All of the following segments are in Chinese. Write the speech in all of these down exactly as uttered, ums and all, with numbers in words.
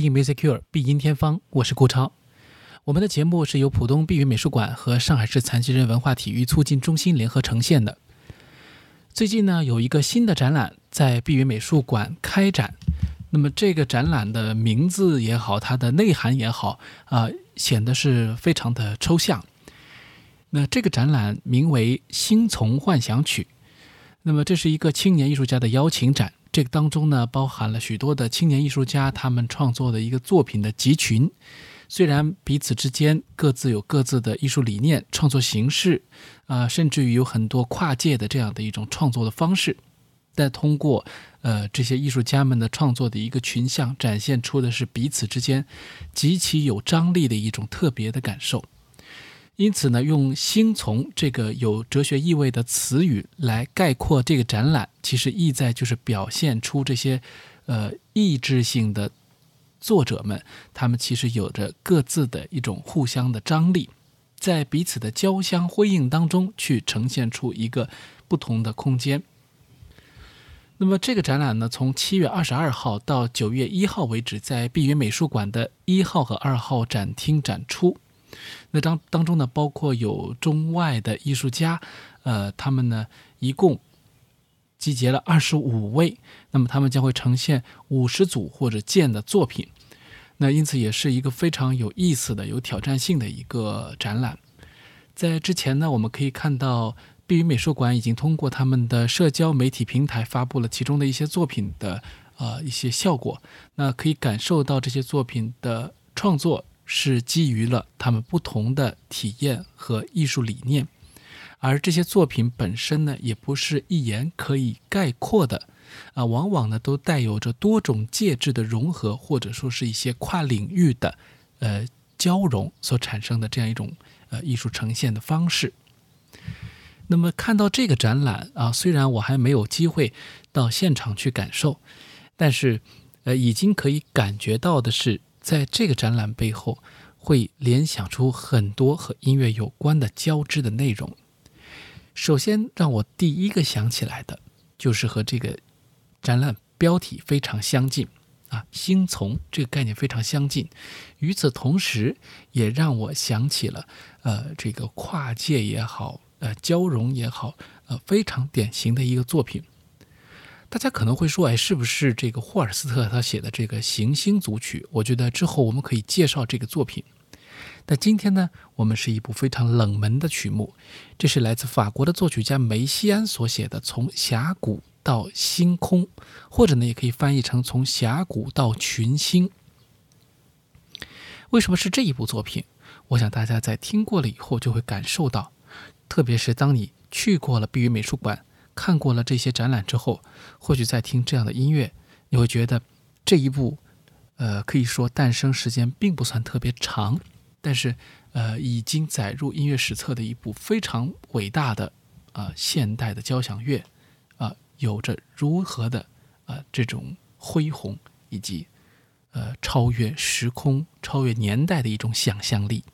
听 Musicure 碧音天方，我是顾超。我们的节目是由浦东碧云美术馆和上海市残疾人文化体育促进中心联合呈现的。最近呢，有一个新的展览在碧云美术馆开展。那么这个展览的名字也好，它的内涵也好，呃，显得是非常的抽象。那这个展览名为《星从幻想曲》。那么这是一个青年艺术家的邀请展，这个当中呢包含了许多的青年艺术家他们创作的一个作品的集群。虽然彼此之间各自有各自的艺术理念、创作形式，呃，甚至于有很多跨界的这样的一种创作的方式，但通过呃这些艺术家们的创作的一个群像，展现出的是彼此之间极其有张力的一种特别的感受。因此呢，用星从这个有哲学意味的词语来概括这个展览，其实意在就是表现出这些呃意志性的作者们，他们其实有着各自的一种互相的张力，在彼此的交相辉映当中去呈现出一个不同的空间。那么这个展览呢，从七月二十二号到九月一号为止，在碧云美术馆的一号和二号展厅展出。那当当中呢，包括有中外的艺术家，呃，他们呢一共集结了二十五位，那么他们将会呈现五十组或者件的作品。那因此也是一个非常有意思的、有挑战性的一个展览。在之前呢，我们可以看到碧云美术馆已经通过他们的社交媒体平台发布了其中的一些作品的呃一些效果，那可以感受到这些作品的创作是基于了他们不同的体验和艺术理念，而这些作品本身呢，也不是一言可以概括的，啊，往往呢都带有着多种介质的融合，或者说是一些跨领域的呃交融所产生的这样一种呃艺术呈现的方式。那么看到这个展览啊，虽然我还没有机会到现场去感受，但是呃已经可以感觉到的是，在这个展览背后会联想出很多和音乐有关的交织的内容。首先让我第一个想起来的就是和这个展览标题非常相近啊，星从这个概念非常相近。与此同时也让我想起了呃这个跨界也好，呃交融也好，呃非常典型的一个作品。大家可能会说，哎，是不是这个霍尔斯特他写的这个行星组曲？我觉得之后我们可以介绍这个作品。但今天呢，我们是一部非常冷门的曲目，这是来自法国的作曲家梅西安所写的《从峡谷到星空》，或者呢也可以翻译成从峡谷到群星。为什么是这一部作品？我想大家在听过了以后就会感受到，特别是当你去过了碧云美术馆，看过了这些展览之后，或许在听这样的音乐，你会觉得这一部呃，可以说诞生时间并不算特别长，但是呃，已经载入音乐史册的一部非常伟大的呃现代的交响乐，呃，有着如何的呃这种恢宏以及呃超越时空、超越年代的一种想象力。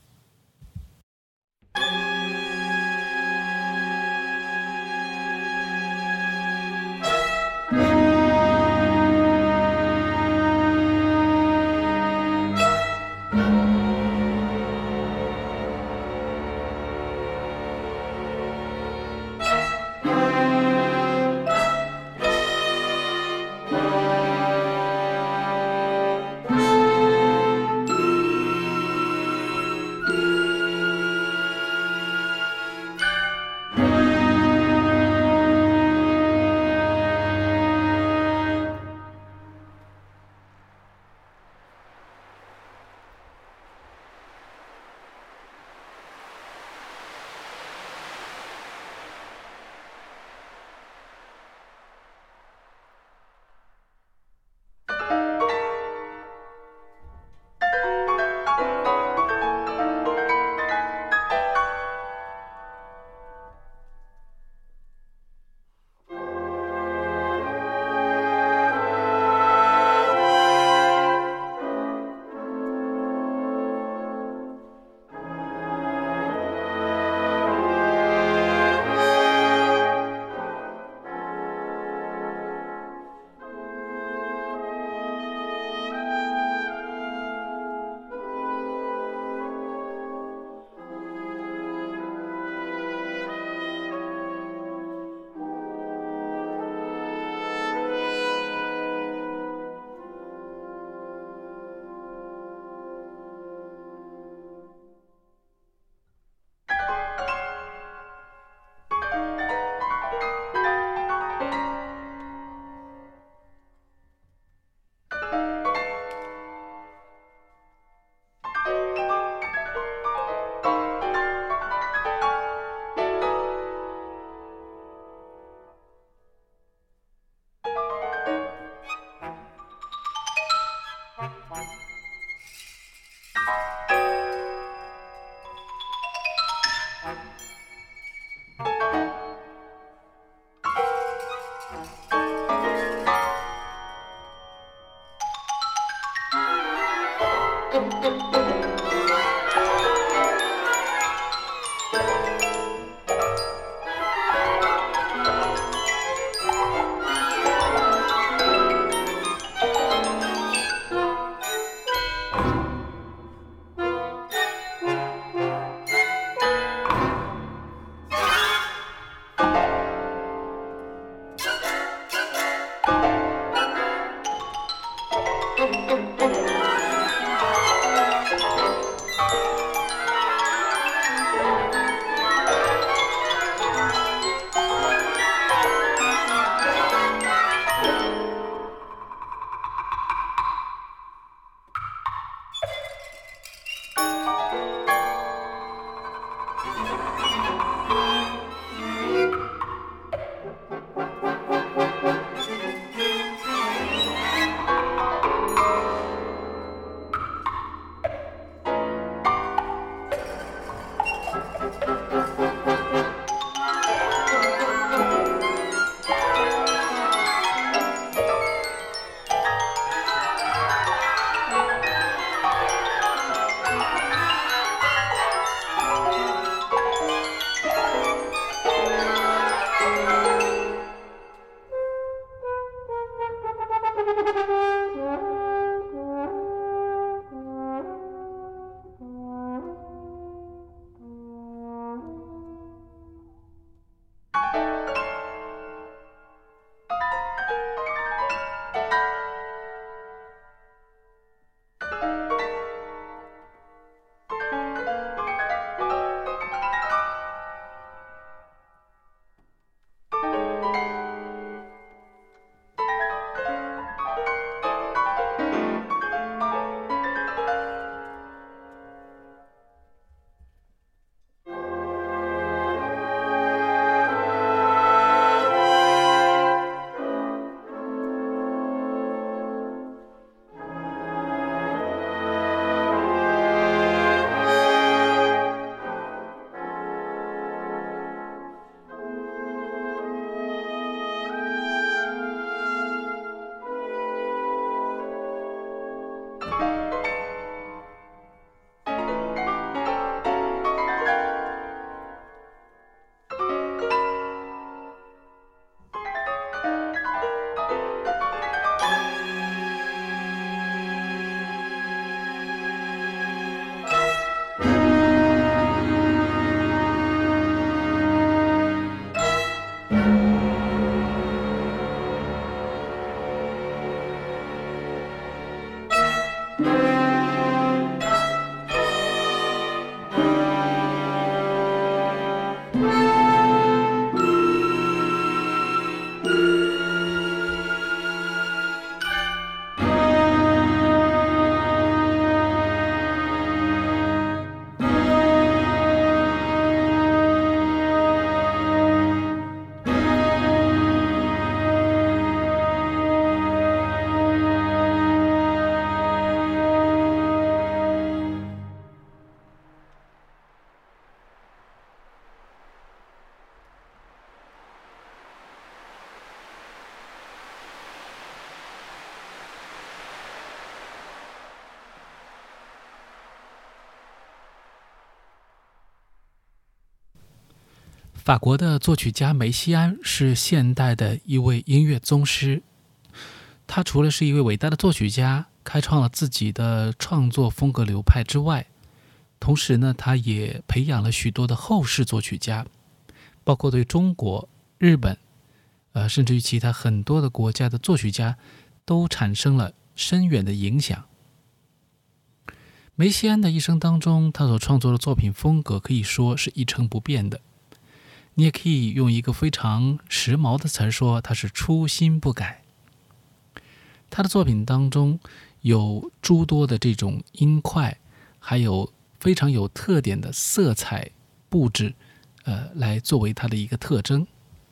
法国的作曲家梅西安是现代的一位音乐宗师，他除了是一位伟大的作曲家，开创了自己的创作风格流派之外，同时呢，他也培养了许多的后世作曲家，包括对中国、日本，呃，甚至于其他很多的国家的作曲家都产生了深远的影响。梅西安的一生当中，他所创作的作品风格可以说是一成不变的，你也可以用一个非常时髦的词说，他是初心不改。他的作品当中有诸多的这种音块，还有非常有特点的色彩布置，呃，来作为他的一个特征。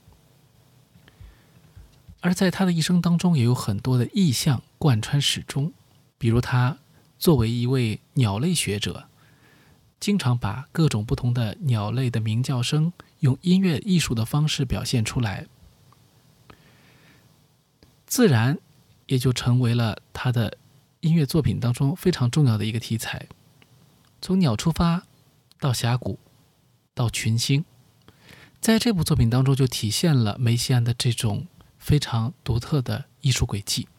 而在他的一生当中，也有很多的意象贯穿始终，比如他作为一位鸟类学者，经常把各种不同的鸟类的鸣叫声用音乐艺术的方式表现出来，自然也就成为了他的音乐作品当中非常重要的一个题材。从鸟出发到峡谷到群星，在这部作品当中就体现了梅西安的这种非常独特的艺术轨迹。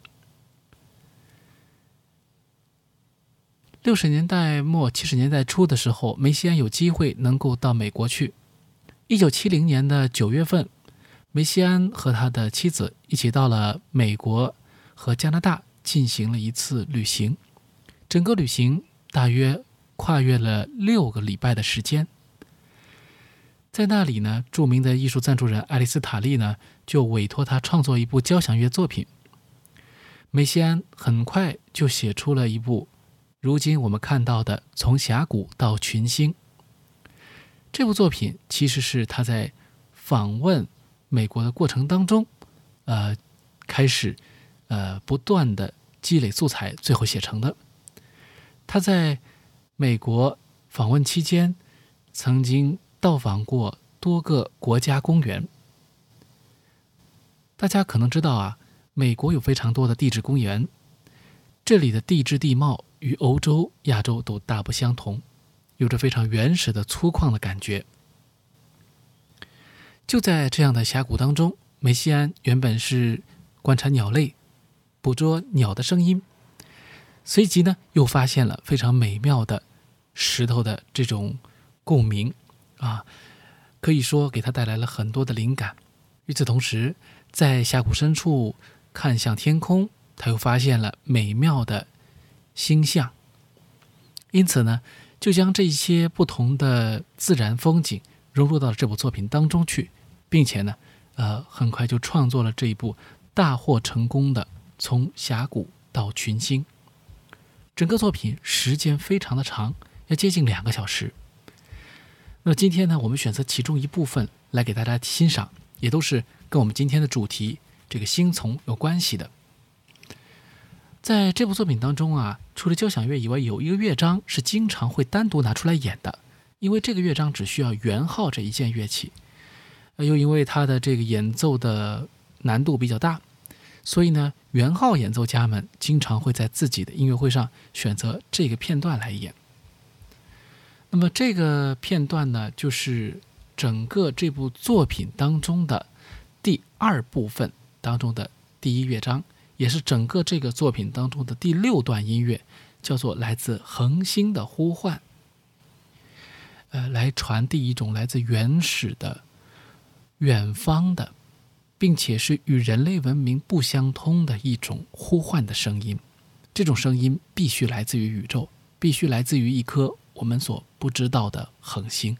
六十年代末七十年代初的时候，梅西安有机会能够到美国去。一九七零年的九月份，梅西安和他的妻子一起到了美国和加拿大进行了一次旅行，整个旅行大约跨越了六个礼拜的时间。在那里呢，著名的艺术赞助人爱丽丝塔利呢就委托他创作一部交响乐作品。梅西安很快就写出了一部如今我们看到的《从峡谷到群星》。这部作品其实是他在访问美国的过程当中，呃，开始呃不断的积累素材，最后写成的。他在美国访问期间，曾经到访过多个国家公园。大家可能知道啊，美国有非常多的地质公园，这里的地质地貌与欧洲、亚洲都大不相同，有着非常原始的粗犷的感觉。就在这样的峡谷当中，梅西安原本是观察鸟类，捕捉鸟的声音，随即呢又发现了非常美妙的石头的这种共鸣啊，可以说给他带来了很多的灵感。与此同时，在峡谷深处看向天空，他又发现了美妙的星象，因此呢就将这些不同的自然风景融入到了这部作品当中去，并且呢呃，很快就创作了这一部大获成功的《从峡谷到群星》。整个作品时间非常的长，要接近两个小时。那今天呢，我们选择其中一部分来给大家欣赏，也都是跟我们今天的主题这个星丛有关系的。在这部作品当中啊，除了交响乐以外，有一个乐章是经常会单独拿出来演的，因为这个乐章只需要圆号这一件乐器，又因为它的这个演奏的难度比较大，所以呢，圆号演奏家们经常会在自己的音乐会上选择这个片段来演。那么这个片段呢，就是整个这部作品当中的第二部分当中的第一乐章，也是整个这个作品当中的第六段音乐，叫做来自恒星的呼唤，呃，来传递一种来自原始的、远方的，并且是与人类文明不相通的一种呼唤的声音。这种声音必须来自于宇宙，必须来自于一颗我们所不知道的恒星。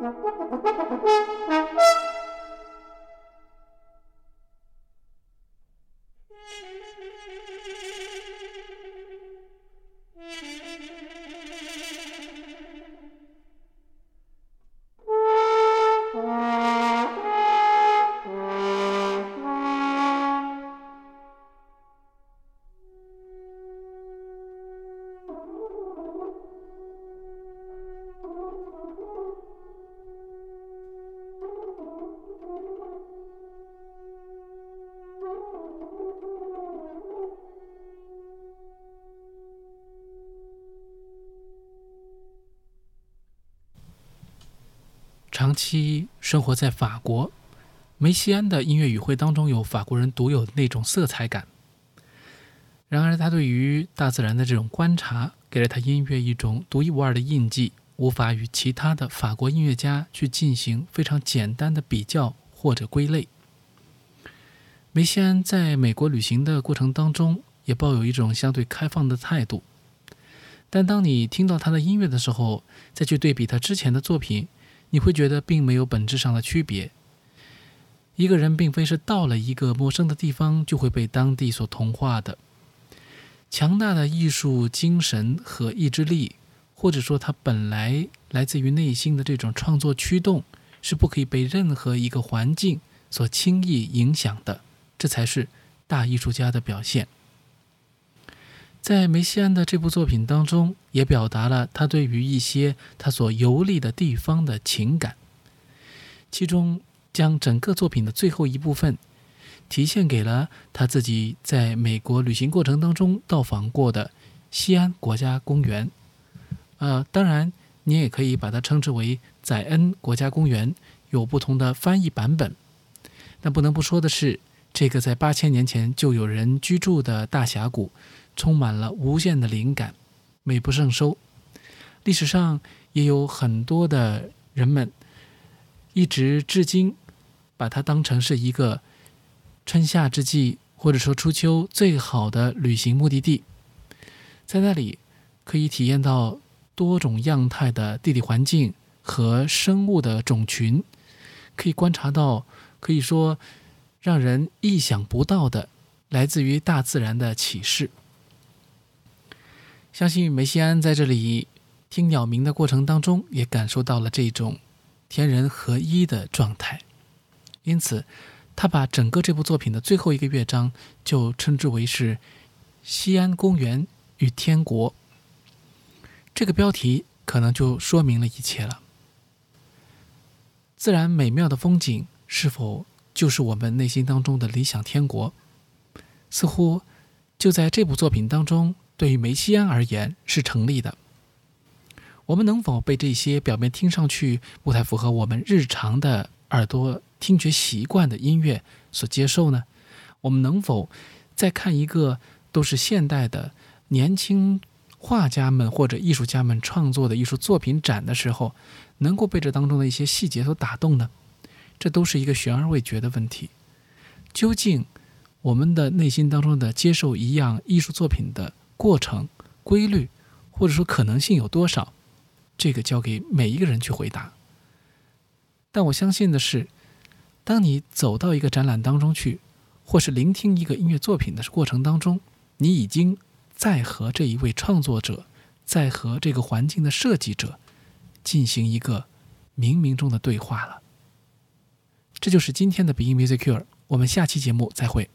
长期生活在法国，梅西安的音乐语汇当中有法国人独有的那种色彩感。然而他对于大自然的这种观察，给了他音乐一种独一无二的印记，无法与其他的法国音乐家去进行非常简单的比较或者归类。梅西安在美国旅行的过程当中，也抱有一种相对开放的态度。但当你听到他的音乐的时候，再去对比他之前的作品，你会觉得并没有本质上的区别。一个人并非是到了一个陌生的地方就会被当地所同化的。强大的艺术精神和意志力，或者说他本来来自于内心的这种创作驱动，是不可以被任何一个环境所轻易影响的，这才是大艺术家的表现。在梅西安的这部作品当中，也表达了他对于一些他所游历的地方的情感，其中将整个作品的最后一部分体现给了他自己在美国旅行过程当中到访过的西安国家公园。呃，当然你也可以把它称之为宰恩国家公园，有不同的翻译版本。但不能不说的是，这个在八千年前就有人居住的大峡谷充满了无限的灵感，美不胜收。历史上也有很多的人们一直至今把它当成是一个春夏之际或者说初秋最好的旅行目的地。在那里可以体验到多种样态的地理环境和生物的种群，可以观察到可以说让人意想不到的来自于大自然的启示。相信梅西安在这里听鸟鸣的过程当中，也感受到了这种天人合一的状态。因此他把整个这部作品的最后一个乐章就称之为是西安公园与天国。这个标题可能就说明了一切了。自然美妙的风景是否就是我们内心当中的理想天国？似乎就在这部作品当中，对于梅西安而言是成立的。我们能否被这些表面听上去不太符合我们日常的耳朵听觉习惯的音乐所接受呢？我们能否在看一个都是现代的年轻画家们或者艺术家们创作的艺术作品展的时候，能够被这当中的一些细节所打动呢？这都是一个悬而未决的问题。究竟我们的内心当中的接受一样艺术作品的过程、规律，或者说可能性有多少？这个交给每一个人去回答。但我相信的是，当你走到一个展览当中去，或是聆听一个音乐作品的过程当中，你已经在和这一位创作者，在和这个环境的设计者进行一个冥冥中的对话了。这就是今天的 Being Music Cure， 我们下期节目再会。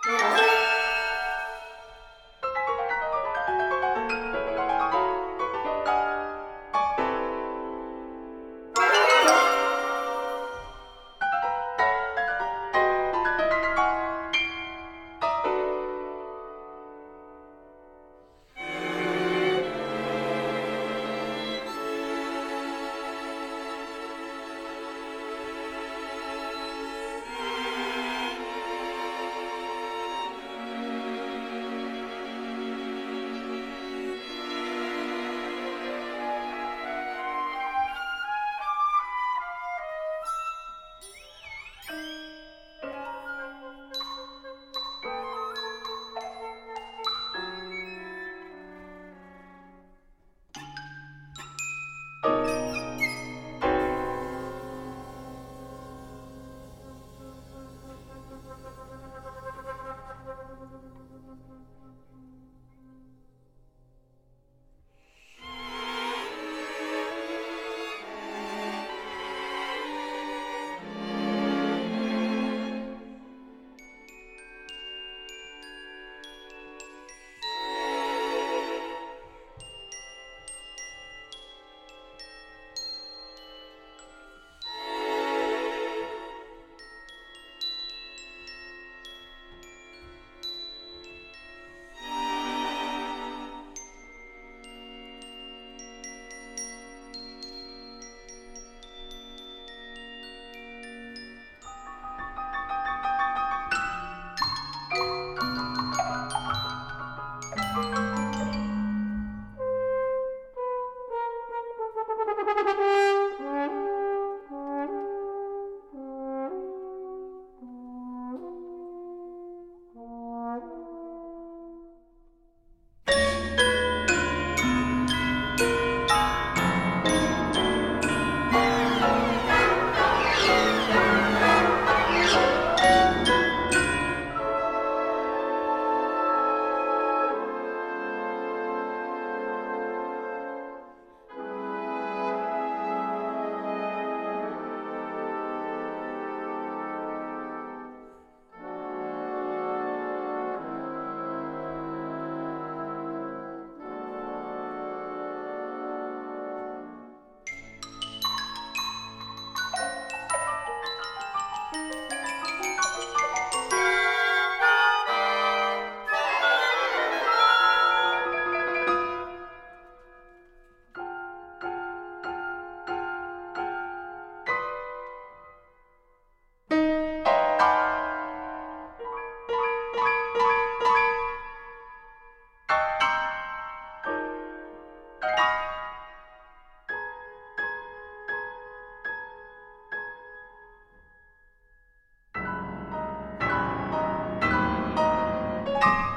嗯。